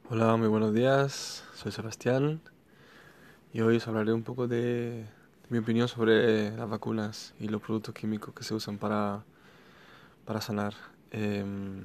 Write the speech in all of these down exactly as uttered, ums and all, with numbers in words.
Hola, muy buenos días. Soy Sebastián y hoy os hablaré un poco de, de mi opinión sobre las vacunas y los productos químicos que se usan para, para sanar. Em,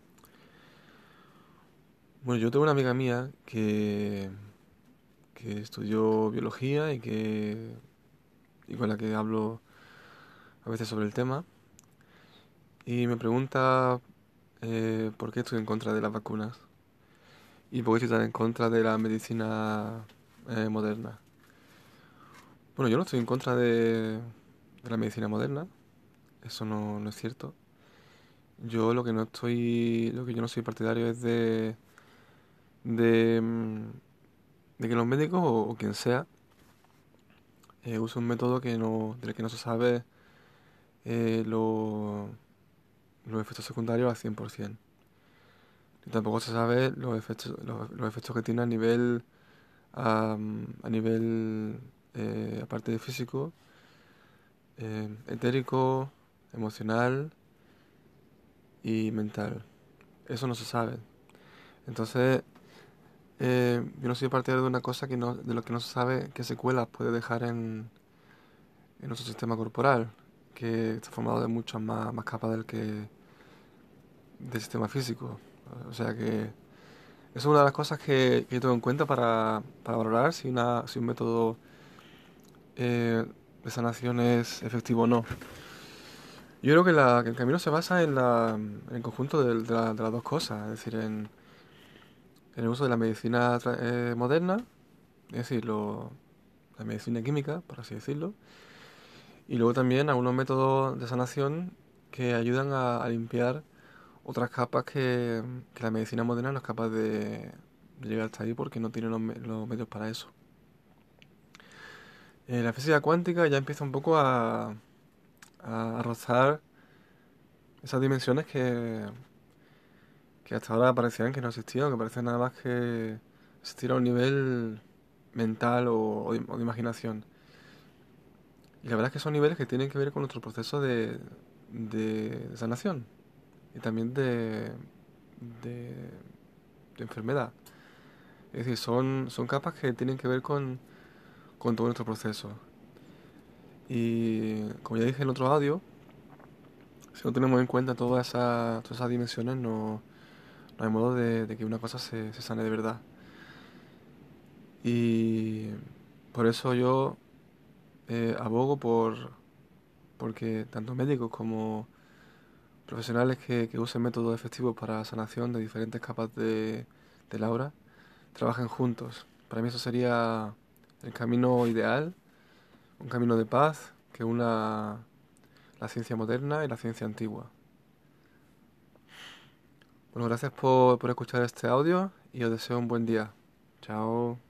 bueno, yo tengo una amiga mía que, que estudió biología y, que, y con la que hablo a veces sobre el tema y me pregunta eh, por qué estoy en contra de las vacunas y por qué estoy tan en contra de la medicina eh, moderna. Bueno, yo no estoy en contra de, de la medicina moderna. Eso no, no es cierto. Yo lo que no estoy, lo que yo no soy partidario es de, de, mm, de que los médicos o, o quien sea eh, use un método que no, del que no se sabe eh, lo- los efectos secundarios al cien por ciento. Ni tampoco se sabe los efectos, los, los efectos que tiene a nivel, am, a nivel, eh, aparte de físico, eh, etérico, emocional y mental. Eso no se sabe. Entonces, Eh, yo no soy partidario de una cosa que no, de lo que no se sabe qué secuelas puede dejar en, en nuestro sistema corporal, que está formado de muchas más, más capas del que del sistema físico. O sea que eso es una de las cosas que, que yo tengo en cuenta para, para valorar si, una, si un método eh, de sanación es efectivo o no. Yo creo que, la, que el camino se basa en, la, en el conjunto de, de la- de las dos cosas, es decir, en, en el uso de la medicina tra- eh, moderna, es decir, lo- la medicina química, por así decirlo. Y luego también algunos métodos de sanación que ayudan a, a limpiar otras capas que, que la medicina moderna no es capaz de, de llegar hasta ahí porque no tiene los, me- los medios para eso. Eh, la física cuántica ya empieza un poco a, a, a rozar esas dimensiones que, que hasta ahora parecían que no existían, que parecían nada más que existir a un nivel mental o, o de, o de imaginación. Y la verdad es que son niveles que tienen que ver con nuestro proceso de, de sanación y también de, de, de enfermedad. Es decir, son, son capas que tienen que ver con, con todo nuestro proceso. Y como ya dije en otro audio, si no tenemos en cuenta todas esas, todas esas dimensiones, no, no hay modo de, de que una cosa se, se sane de verdad. Y por eso yo eh, abogo por porque tanto médicos como profesionales que, que usen métodos efectivos para sanación de diferentes capas de, del aura trabajen juntos. Para mí eso sería el camino ideal, un camino de paz que una la ciencia moderna y la ciencia antigua. Bueno, gracias por, por escuchar este audio y os deseo un buen día. Chao.